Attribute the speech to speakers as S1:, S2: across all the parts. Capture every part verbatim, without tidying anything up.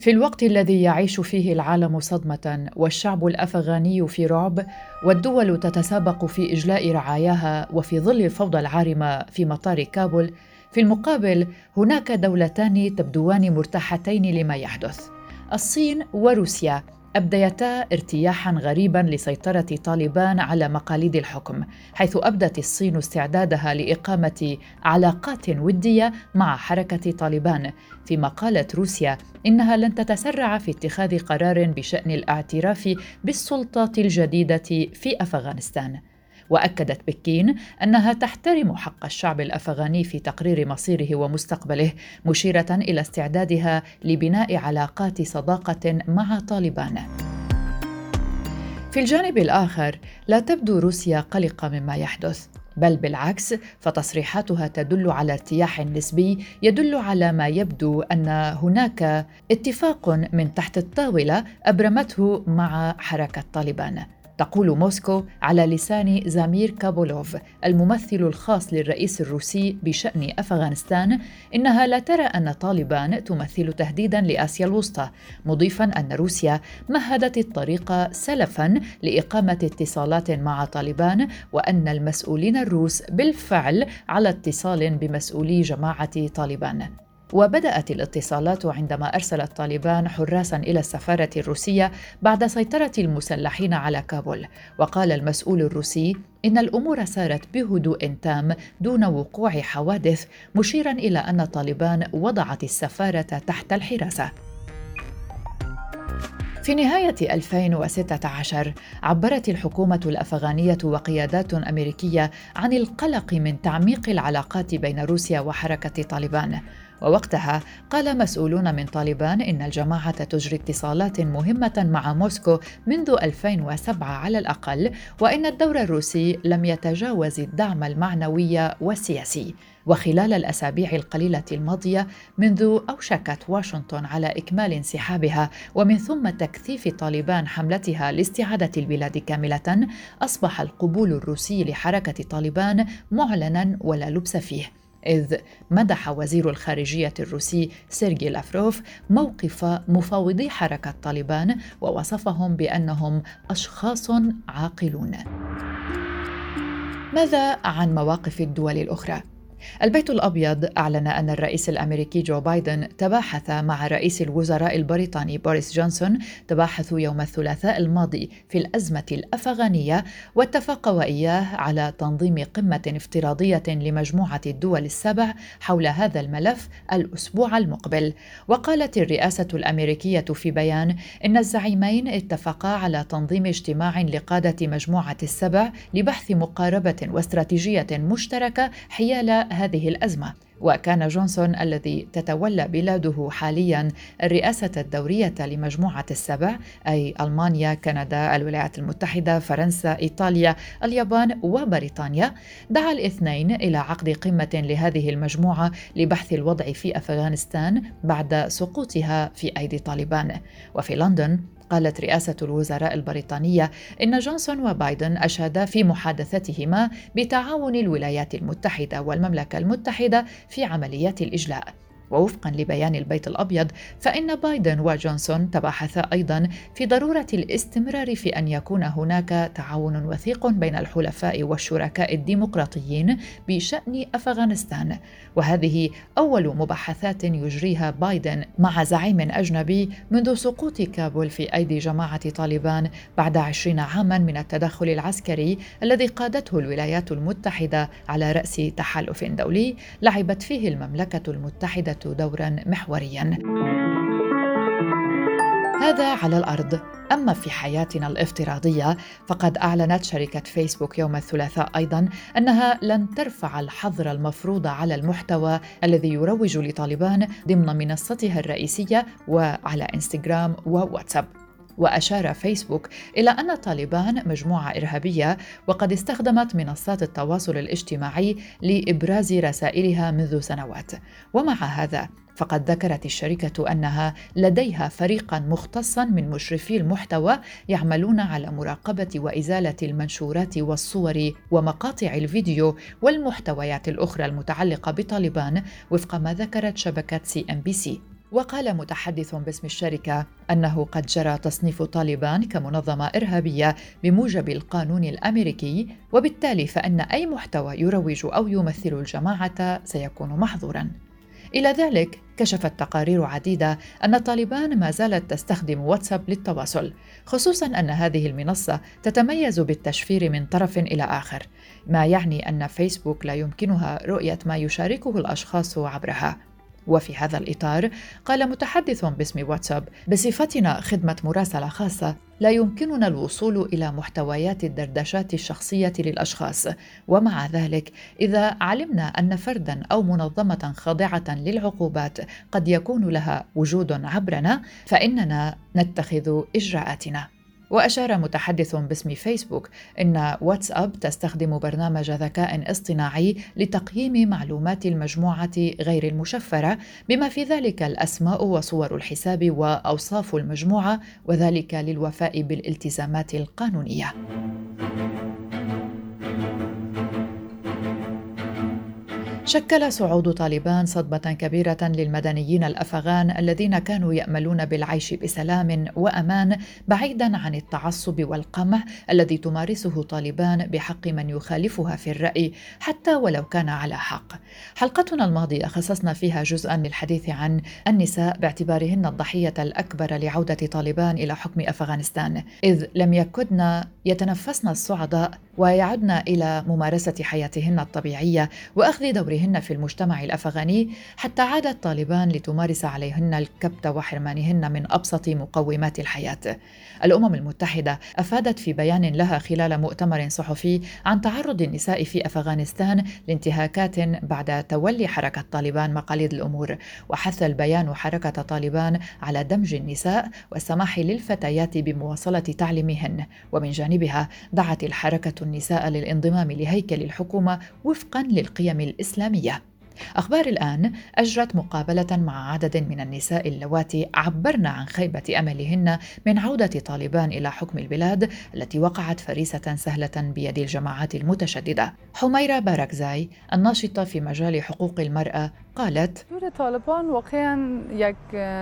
S1: في الوقت الذي يعيش فيه العالم صدمة والشعب الأفغاني في رعب والدول تتسابق في إجلاء رعاياها وفي ظل الفوضى العارمة في مطار كابول، في المقابل هناك دولتان تبدوان مرتاحتين لما يحدث. الصين وروسيا أبديتا ارتياحاً غريباً لسيطرة طالبان على مقاليد الحكم، حيث أبدت الصين استعدادها لإقامة علاقات ودية مع حركة طالبان، فيما قالت روسيا إنها لن تتسرع في اتخاذ قرار بشأن الاعتراف بالسلطات الجديدة في أفغانستان. وأكدت بكين أنها تحترم حق الشعب الأفغاني في تقرير مصيره ومستقبله، مشيرة إلى استعدادها لبناء علاقات صداقة مع طالبان. في الجانب الآخر، لا تبدو روسيا قلقة مما يحدث، بل بالعكس، فتصريحاتها تدل على ارتياح نسبي يدل على ما يبدو أن هناك اتفاق من تحت الطاولة أبرمته مع حركة طالبان. تقول موسكو على لسان زامير كابولوف الممثل الخاص للرئيس الروسي بشأن أفغانستان إنها لا ترى أن طالبان تمثل تهديداً لآسيا الوسطى، مضيفاً أن روسيا مهدت الطريق سلفاً لإقامة اتصالات مع طالبان، وأن المسؤولين الروس بالفعل على اتصال بمسؤولي جماعة طالبان. وبدأت الاتصالات عندما أرسلت طالبان حراساً إلى السفارة الروسية بعد سيطرة المسلحين على كابول. وقال المسؤول الروسي إن الأمور سارت بهدوء تام دون وقوع حوادث، مشيراً إلى أن طالبان وضعت السفارة تحت الحراسة. في نهاية ألفين وستة عشر عبرت الحكومة الأفغانية وقيادات أمريكية عن القلق من تعميق العلاقات بين روسيا وحركة طالبان، ووقتها قال مسؤولون من طالبان إن الجماعة تجري اتصالات مهمة مع موسكو منذ ألفين وسبعة على الأقل، وإن الدور الروسي لم يتجاوز الدعم المعنوي والسياسي. وخلال الأسابيع القليلة الماضية، منذ أوشكت واشنطن على إكمال انسحابها ومن ثم تكثيف طالبان حملتها لاستعادة البلاد كاملة، أصبح القبول الروسي لحركة طالبان معلناً ولا لبس فيه، إذ مدح وزير الخارجية الروسي سيرجي لافروف موقف مفاوضي حركة طالبان ووصفهم بأنهم أشخاص عاقلون. ماذا عن مواقف الدول الأخرى؟ البيت الأبيض أعلن أن الرئيس الأمريكي جو بايدن تباحث مع رئيس الوزراء البريطاني بوريس جونسون تباحثوا يوم الثلاثاء الماضي في الأزمة الأفغانية، واتفق وإياه على تنظيم قمة افتراضية لمجموعة الدول السبع حول هذا الملف الأسبوع المقبل. وقالت الرئاسة الأمريكية في بيان إن الزعيمين اتفقا على تنظيم اجتماع لقادة مجموعة السبع لبحث مقاربة واستراتيجية مشتركة حيال هذه الأزمة. وكان جونسون الذي تتولى بلاده حالياً الرئاسة الدورية لمجموعة السبع، أي ألمانيا، كندا، الولايات المتحدة، فرنسا، إيطاليا، اليابان وبريطانيا، دعا الاثنين إلى عقد قمة لهذه المجموعة لبحث الوضع في أفغانستان بعد سقوطها في أيدي طالبان. وفي لندن قالت رئاسة الوزراء البريطانية إن جونسون وبايدن أشادا في محادثتهما بتعاون الولايات المتحدة والمملكة المتحدة في عمليات الإجلاء. ووفقاً لبيان البيت الأبيض، فإن بايدن وجونسون تباحثا أيضاً في ضرورة الاستمرار في أن يكون هناك تعاون وثيق بين الحلفاء والشركاء الديمقراطيين بشأن أفغانستان. وهذه أول مباحثات يجريها بايدن مع زعيم أجنبي منذ سقوط كابول في أيدي جماعة طالبان بعد عشرين عاماً من التدخل العسكري الذي قادته الولايات المتحدة على رأس تحالف دولي لعبت فيه المملكة المتحدة دورا محوريا. هذا على الأرض. أما في حياتنا الافتراضية، فقد أعلنت شركة فيسبوك يوم الثلاثاء أيضاً أنها لن ترفع الحظر المفروض على المحتوى الذي يروج لطالبان ضمن منصتها الرئيسية وعلى إنستغرام وواتساب. وأشار فيسبوك إلى أن طالبان مجموعة إرهابية وقد استخدمت منصات التواصل الاجتماعي لإبراز رسائلها منذ سنوات. ومع هذا فقد ذكرت الشركة أنها لديها فريقاً مختصاً من مشرفي المحتوى يعملون على مراقبة وإزالة المنشورات والصور ومقاطع الفيديو والمحتويات الأخرى المتعلقة بطالبان، وفق ما ذكرت شبكة سي إم بي سي. وقال متحدث باسم الشركة أنه قد جرى تصنيف طالبان كمنظمة إرهابية بموجب القانون الأمريكي، وبالتالي فإن أي محتوى يروج أو يمثل الجماعة سيكون محظوراً. إلى ذلك كشفت تقارير عديدة أن طالبان ما زالت تستخدم واتساب للتواصل، خصوصاً أن هذه المنصة تتميز بالتشفير من طرف إلى آخر، ما يعني أن فيسبوك لا يمكنها رؤية ما يشاركه الأشخاص عبرها. وفي هذا الإطار قال متحدث باسم واتساب: بصفتنا خدمة مراسلة خاصة لا يمكننا الوصول إلى محتويات الدردشات الشخصية للأشخاص، ومع ذلك إذا علمنا أن فرداً أو منظمة خاضعة للعقوبات قد يكون لها وجود عبرنا فإننا نتخذ إجراءاتنا. وأشار متحدث باسم فيسبوك أن واتساب تستخدم برنامج ذكاء اصطناعي لتقييم معلومات المجموعة غير المشفرة، بما في ذلك الأسماء وصور الحساب وأوصاف المجموعة، وذلك للوفاء بالالتزامات القانونية. شكل صعود طالبان صدمة كبيرة للمدنيين الأفغان الذين كانوا يأملون بالعيش بسلام وأمان بعيداً عن التعصب والقمع الذي تمارسه طالبان بحق من يخالفها في الرأي حتى ولو كان على حق. حلقتنا الماضية خصصنا فيها جزءاً للحديث عن النساء باعتبارهن الضحية الأكبر لعودة طالبان إلى حكم أفغانستان، إذ لم يكدن يتنفسن الصعداء ويعدن إلى ممارسة حياتهن الطبيعية وأخذ دورهن في المجتمع الأفغاني، حتى عادت طالبان لتمارس عليهن الكبت وحرمانهن من أبسط مقومات الحياة. الأمم المتحدة أفادت في بيان لها خلال مؤتمر صحفي عن تعرض النساء في أفغانستان لانتهاكات بعد تولي حركة طالبان مقاليد الأمور، وحث البيان حركة طالبان على دمج النساء والسماح للفتيات بمواصلة تعليمهن، ومن جانبها دعت الحركة النساء للانضمام لهيكل الحكومة وفقاً للقيم الإسلامية. أخبار الآن أجرت مقابلة مع عدد من النساء اللواتي عبرن عن خيبة أملهن من عودة طالبان إلى حكم البلاد التي وقعت فريسة سهلة بيد الجماعات المتشددة. حميرة باركزاي الناشطة في مجال حقوق المرأة قالت:
S2: طالبان واقعاً یک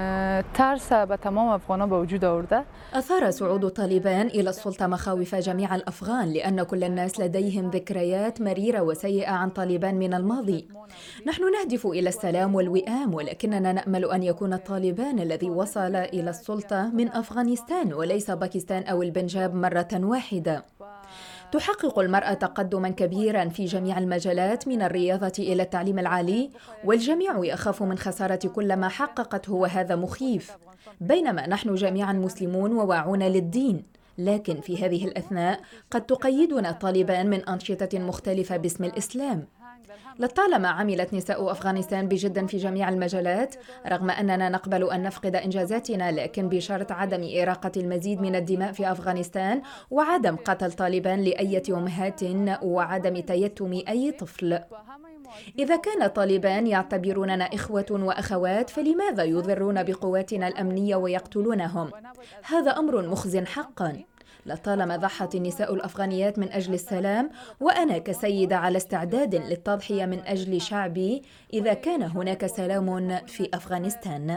S2: ترس به تمام افغانان به وجود آورده.
S3: أثار صعود طالبان إلى السلطة مخاوف جميع الأفغان، لأن كل الناس لديهم ذكريات مريرة وسيئة عن طالبان من الماضي. نحن نهدف إلى السلام والوئام، ولكننا نأمل أن يكون طالبان الذي وصل إلى السلطة من أفغانستان وليس باكستان أو البنجاب مرة واحدة. تحقق المرأة تقدما كبيرا في جميع المجالات من الرياضة إلى التعليم العالي، والجميع يخاف من خسارة كل ما حققته، وهذا مخيف. بينما نحن جميعا مسلمون وواعون للدين، لكن في هذه الأثناء قد تقيدنا طالبان من أنشطة مختلفة باسم الإسلام. لطالما عملت نساء أفغانستان بجد في جميع المجالات، رغم أننا نقبل أن نفقد إنجازاتنا، لكن بشرط عدم إراقة المزيد من الدماء في أفغانستان، وعدم قتل طالبان لأية أمهات، وعدم تيتم أي طفل. إذا كان طالبان يعتبروننا إخوة وأخوات، فلماذا يضرون بقواتنا الأمنية ويقتلونهم؟ هذا أمر مخزٍ حقاً. لطالما ضحت النساء الأفغانيات من أجل السلام، وأنا كسيدة على استعداد للتضحية من أجل شعبي إذا كان هناك سلام في أفغانستان.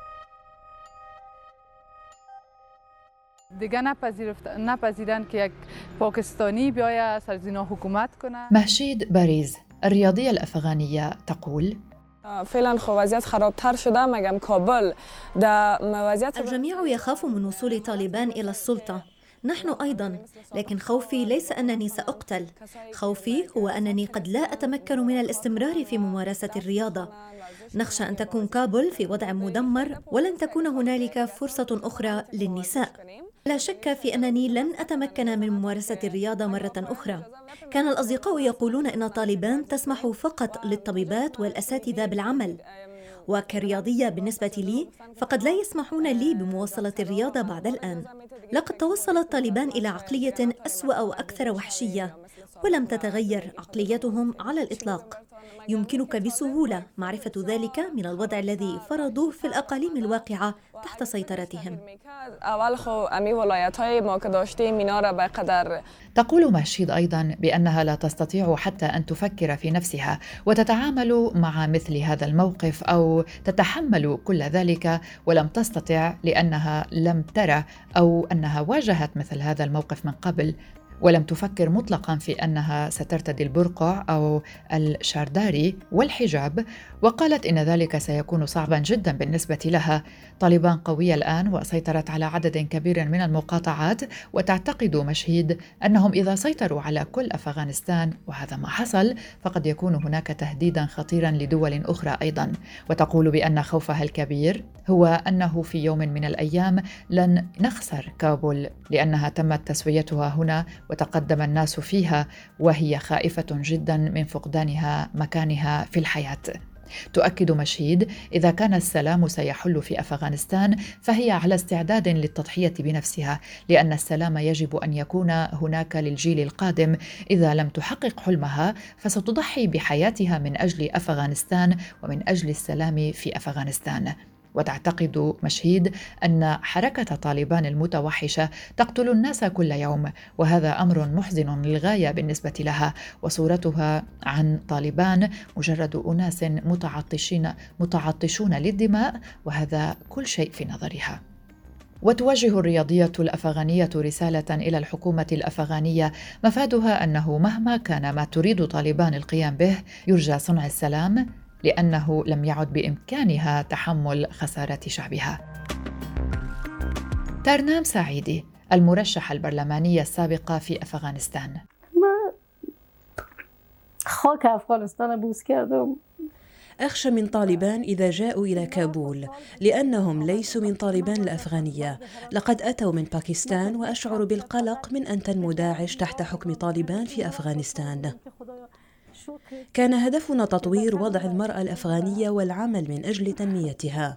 S1: مهشید باریز الرياضية الأفغانية تقول:
S4: فعلا خب وضعیت خرابتر شده مگم کابل در وضعیت.
S5: الجميع يخاف من وصول طالبان إلى السلطة، نحن أيضاً، لكن خوفي ليس أنني سأقتل. خوفي هو أنني قد لا أتمكن من الاستمرار في ممارسة الرياضة. نخشى أن تكون كابول في وضع مدمر ولن تكون هنالك فرصة أخرى للنساء. لا شك في أنني لن أتمكن من ممارسة الرياضة مرة أخرى. كان الأصدقاء يقولون إن طالبان تسمح فقط للطبيبات والأساتذة بالعمل، وكرياضية بالنسبة لي فقد لا يسمحون لي بمواصلة الرياضة بعد الآن. لقد توصل الطالبان إلى عقلية أسوأ وأكثر وحشية، ولم تتغير عقليتهم على الإطلاق. يمكنك بسهولة معرفة ذلك من الوضع الذي فرضوه في الأقاليم الواقعة تحت سيطرتهم.
S1: تقول مهشيد أيضاً بأنها لا تستطيع حتى أن تفكر في نفسها وتتعامل مع مثل هذا الموقف أو تتحمل كل ذلك، ولم تستطع لأنها لم ترى أو أنها واجهت مثل هذا الموقف من قبل، ولم تفكر مطلقاً في أنها سترتدي البرقع أو الشارداري والحجاب، وقالت إن ذلك سيكون صعباً جداً بالنسبة لها. طالبان قوية الآن وسيطرت على عدد كبير من المقاطعات، وتعتقد مشهيد أنهم إذا سيطروا على كل أفغانستان وهذا ما حصل فقد يكون هناك تهديداً خطيراً لدول أخرى أيضاً. وتقول بأن خوفها الكبير هو أنه في يوم من الأيام لن نخسر كابول لأنها تمت تسويتها هنا وتقدم الناس فيها، وهي خائفة جدا من فقدانها مكانها في الحياة. تؤكد مشهيد إذا كان السلام سيحل في أفغانستان فهي على استعداد للتضحية بنفسها، لأن السلام يجب أن يكون هناك للجيل القادم. إذا لم تحقق حلمها فستضحي بحياتها من أجل أفغانستان ومن أجل السلام في أفغانستان. وتعتقد مشهيد أن حركة طالبان المتوحشة تقتل الناس كل يوم، وهذا أمر محزن للغاية بالنسبة لها، وصورتها عن طالبان مجرد أناس متعطشين متعطشون للدماء، وهذا كل شيء في نظرها. وتوجه الرياضية الأفغانية رسالة إلى الحكومة الأفغانية مفادها أنه مهما كان ما تريد طالبان القيام به يرجى صنع السلام، لأنه لم يعد بإمكانها تحمل خسارة شعبها. ترنام سعيدي المرشحة البرلمانية السابقة في أفغانستان.
S6: ما خاك أفغانستان بوس کردم.
S7: أخشى من طالبان إذا جاءوا إلى كابول لأنهم ليسوا من طالبان الأفغانية، لقد أتوا من باكستان، وأشعر بالقلق من أن تنمو داعش تحت حكم طالبان في أفغانستان. كان هدفنا تطوير وضع المرأة الأفغانية والعمل من أجل تنميتها،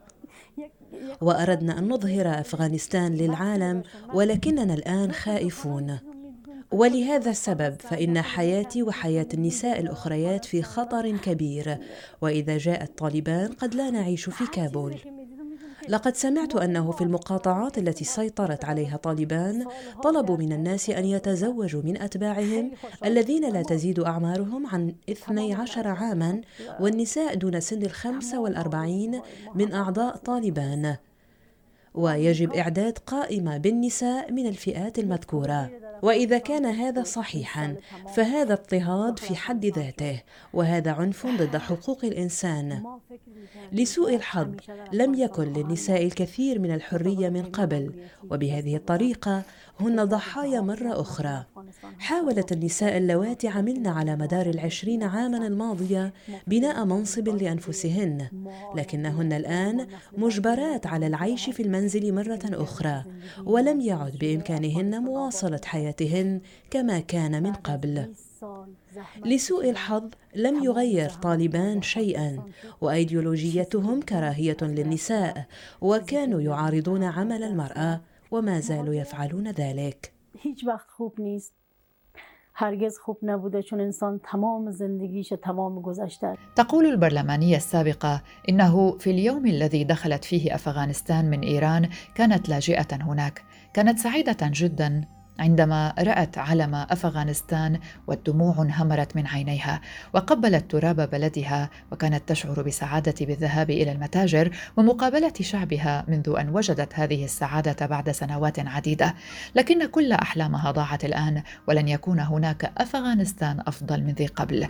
S7: وأردنا أن نظهر أفغانستان للعالم، ولكننا الآن خائفون. ولهذا السبب فإن حياتي وحياة النساء الأخريات في خطر كبير، وإذا جاءت طالبان قد لا نعيش في كابول. لقد سمعت أنه في المقاطعات التي سيطرت عليها طالبان طلبوا من الناس أن يتزوجوا من أتباعهم الذين لا تزيد أعمارهم عن اثني عشر عاماً، والنساء دون سن الخمسة والأربعين من أعضاء طالبان، ويجب إعداد قائمة بالنساء من الفئات المذكورة. وإذا كان هذا صحيحاً فهذا اضطهاد في حد ذاته، وهذا عنف ضد حقوق الإنسان. لسوء الحظ لم يكن للنساء الكثير من الحرية من قبل، وبهذه الطريقة هن ضحايا مرة أخرى. حاولت النساء اللواتي عملن على مدار العشرين عاماً الماضية بناء منصب لأنفسهن، لكنهن الآن مجبرات على العيش في المنزل مرة أخرى، ولم يعد بإمكانهن مواصلة حياتهن كما كان من قبل. لسوء الحظ لم يغير طالبان شيئاً، وأيديولوجيتهم كراهية للنساء، وكانوا يعارضون عمل المرأة وما زالوا يفعلون ذلك.
S6: هیچ وقت خوب نیست. هرگز خوب نبوده چون انسان تمام زندگیش تمام گذشته.
S1: تقول البرلمانية السابقة إنه في اليوم الذي دخلت فيه أفغانستان من إيران كانت لاجئة هناك، كانت سعيدة جداً عندما رأت علم أفغانستان والدموع انهمرت من عينيها، وقبلت تراب بلدها، وكانت تشعر بسعادة بالذهاب إلى المتاجر ومقابلة شعبها منذ أن وجدت هذه السعادة بعد سنوات عديدة. لكن كل أحلامها ضاعت الآن، ولن يكون هناك أفغانستان أفضل من ذي قبل.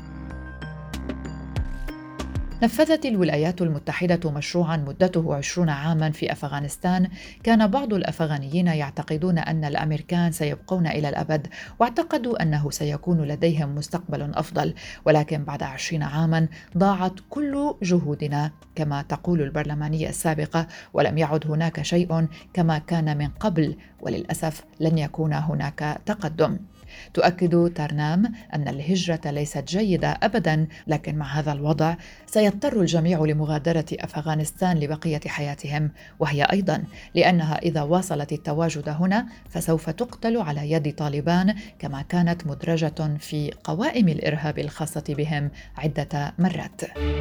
S1: نفذت الولايات المتحدة مشروعاً مدته عشرون عاماً في أفغانستان. كان بعض الأفغانيين يعتقدون أن الأمريكان سيبقون إلى الأبد، واعتقدوا أنه سيكون لديهم مستقبل أفضل، ولكن بعد عشرين عاماً ضاعت كل جهودنا كما تقول البرلمانية السابقة، ولم يعد هناك شيء كما كان من قبل، وللأسف لن يكون هناك تقدم. تؤكد ترنام أن الهجرة ليست جيدة أبداً، لكن مع هذا الوضع سيضطر الجميع لمغادرة أفغانستان لبقية حياتهم، وهي أيضاً لأنها إذا واصلت التواجد هنا فسوف تقتل على يد طالبان كما كانت مدرجة في قوائم الإرهاب الخاصة بهم عدة مرات.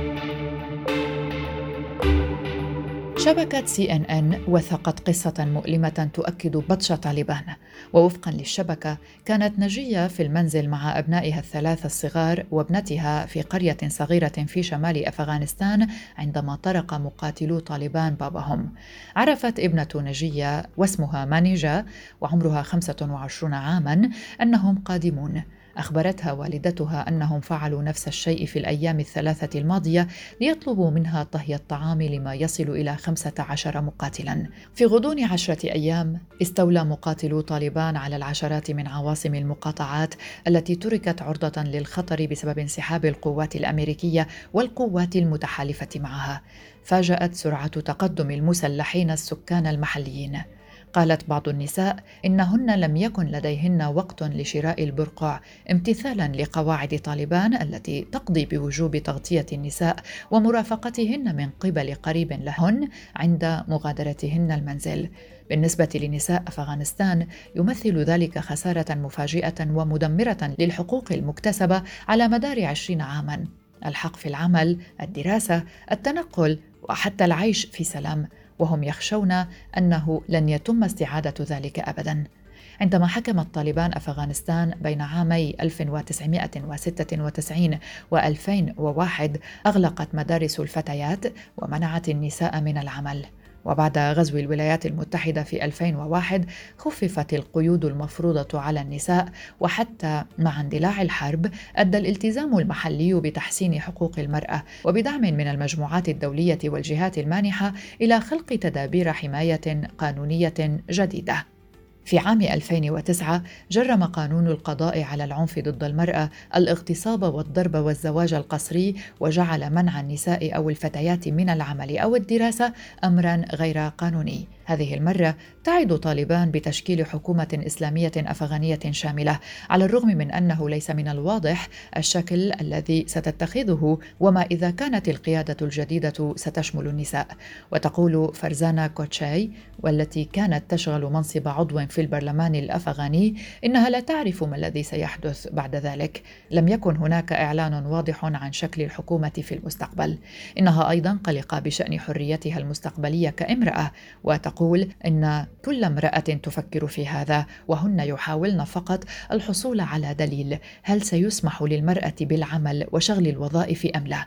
S1: شبكة سي إن إن وثقت قصة مؤلمة تؤكد بطش طالبان، ووفقاً للشبكة كانت نجية في المنزل مع أبنائها الثلاثة الصغار وابنتها في قرية صغيرة في شمال أفغانستان عندما طرق مقاتلو طالبان بابهم. عرفت ابنة نجية واسمها مانيجا وعمرها خمسة وعشرين عاماً أنهم قادمون. أخبرتها والدتها أنهم فعلوا نفس الشيء في الأيام الثلاثة الماضية ليطلبوا منها طهي الطعام لما يصل إلى خمسة عشر مقاتلاً. في غضون عشرة أيام استولى مقاتلو طالبان على العشرات من عواصم المقاطعات التي تركت عرضة للخطر بسبب انسحاب القوات الأمريكية والقوات المتحالفة معها. فاجأت سرعة تقدم المسلحين السكان المحليين. قالت بعض النساء إنهن لم يكن لديهن وقت لشراء البرقع امتثالاً لقواعد طالبان التي تقضي بوجوب تغطية النساء ومرافقتهن من قبل قريب لهن عند مغادرتهن المنزل. بالنسبة لنساء أفغانستان يمثل ذلك خسارة مفاجئة ومدمرة للحقوق المكتسبة على مدار عشرين عاماً: الحق في العمل، الدراسة، التنقل وحتى العيش في سلام، وهم يخشون أنه لن يتم استعادة ذلك أبداً. عندما حكمت طالبان أفغانستان بين عامي ألف وتسعمائة وستة وتسعين وألفين وواحد أغلقت مدارس الفتيات ومنعت النساء من العمل. وبعد غزو الولايات المتحدة في ألفين وواحد خففت القيود المفروضة على النساء، وحتى مع اندلاع الحرب أدى الالتزام المحلي بتحسين حقوق المرأة وبدعم من المجموعات الدولية والجهات المانحة إلى خلق تدابير حماية قانونية جديدة. في عام ألفين وتسعة جرم قانون القضاء على العنف ضد المرأة الاغتصاب والضرب والزواج القسري، وجعل منع النساء أو الفتيات من العمل أو الدراسة أمراً غير قانوني. هذه المرة تعد طالبان بتشكيل حكومة إسلامية أفغانية شاملة، على الرغم من أنه ليس من الواضح الشكل الذي ستتخذه وما إذا كانت القيادة الجديدة ستشمل النساء. وتقول فرزانا كوتشاي، والتي كانت تشغل منصب عضو في البرلمان الأفغاني، إنها لا تعرف ما الذي سيحدث بعد ذلك. لم يكن هناك إعلان واضح عن شكل الحكومة في المستقبل. إنها أيضاً قلقة بشأن حريتها المستقبلية كامرأة، وتقول إن كل امرأة تفكر في هذا، وهن يحاولن فقط الحصول على دليل هل سيسمح للمرأة بالعمل وشغل الوظائف أم لا.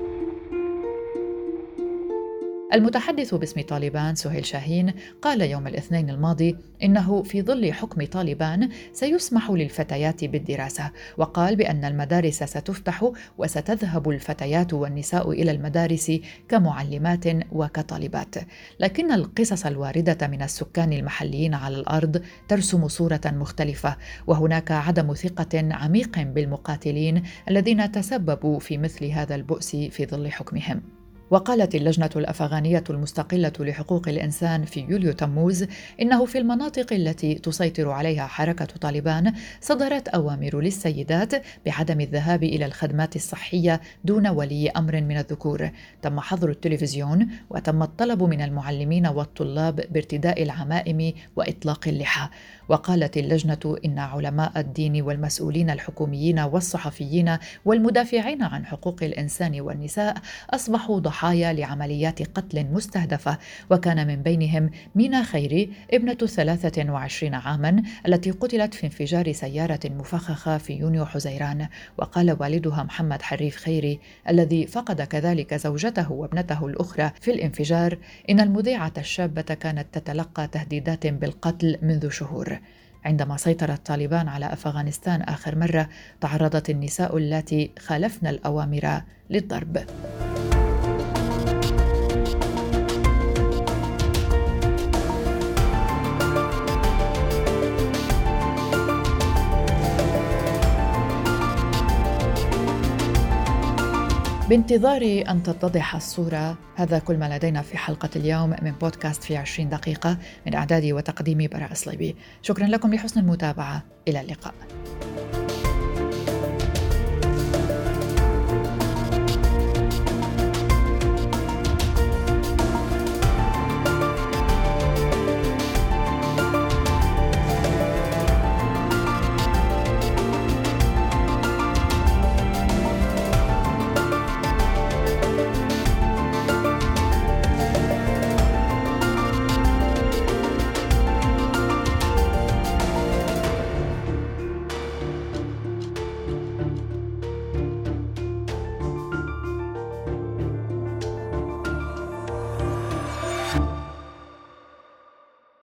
S1: المتحدث باسم طالبان سهيل شاهين قال يوم الاثنين الماضي إنه في ظل حكم طالبان سيسمح للفتيات بالدراسة، وقال بأن المدارس ستفتح وستذهب الفتيات والنساء إلى المدارس كمعلمات وكطالبات. لكن القصص الواردة من السكان المحليين على الأرض ترسم صورة مختلفة، وهناك عدم ثقة عميق بالمقاتلين الذين تسببوا في مثل هذا البؤس في ظل حكمهم. وقالت اللجنة الأفغانية المستقلة لحقوق الإنسان في يوليو تموز إنه في المناطق التي تسيطر عليها حركة طالبان صدرت أوامر للسيدات بعدم الذهاب إلى الخدمات الصحية دون ولي أمر من الذكور. تم حظر التلفزيون، وتم الطلب من المعلمين والطلاب بارتداء العمائم وإطلاق اللحى. وقالت اللجنة إن علماء الدين والمسؤولين الحكوميين والصحفيين والمدافعين عن حقوق الإنسان والنساء أصبحوا ضحايا لعمليات قتل مستهدفة، وكان من بينهم مينا خيري ابنة ثلاثة وعشرين عاماً التي قتلت في انفجار سيارة مفخخة في يونيو حزيران. وقال والدها محمد حريف خيري الذي فقد كذلك زوجته وابنته الأخرى في الانفجار إن المذيعة الشابة كانت تتلقى تهديدات بالقتل منذ شهور. عندما سيطرت طالبان على أفغانستان آخر مرة تعرضت النساء اللاتي خالفن الأوامر للضرب. بانتظار أن تتضح الصورة، هذا كل ما لدينا في حلقة اليوم من بودكاست في عشرين دقيقة من إعدادي وتقديمي براء صليبي. شكرا لكم لحسن المتابعة، إلى اللقاء.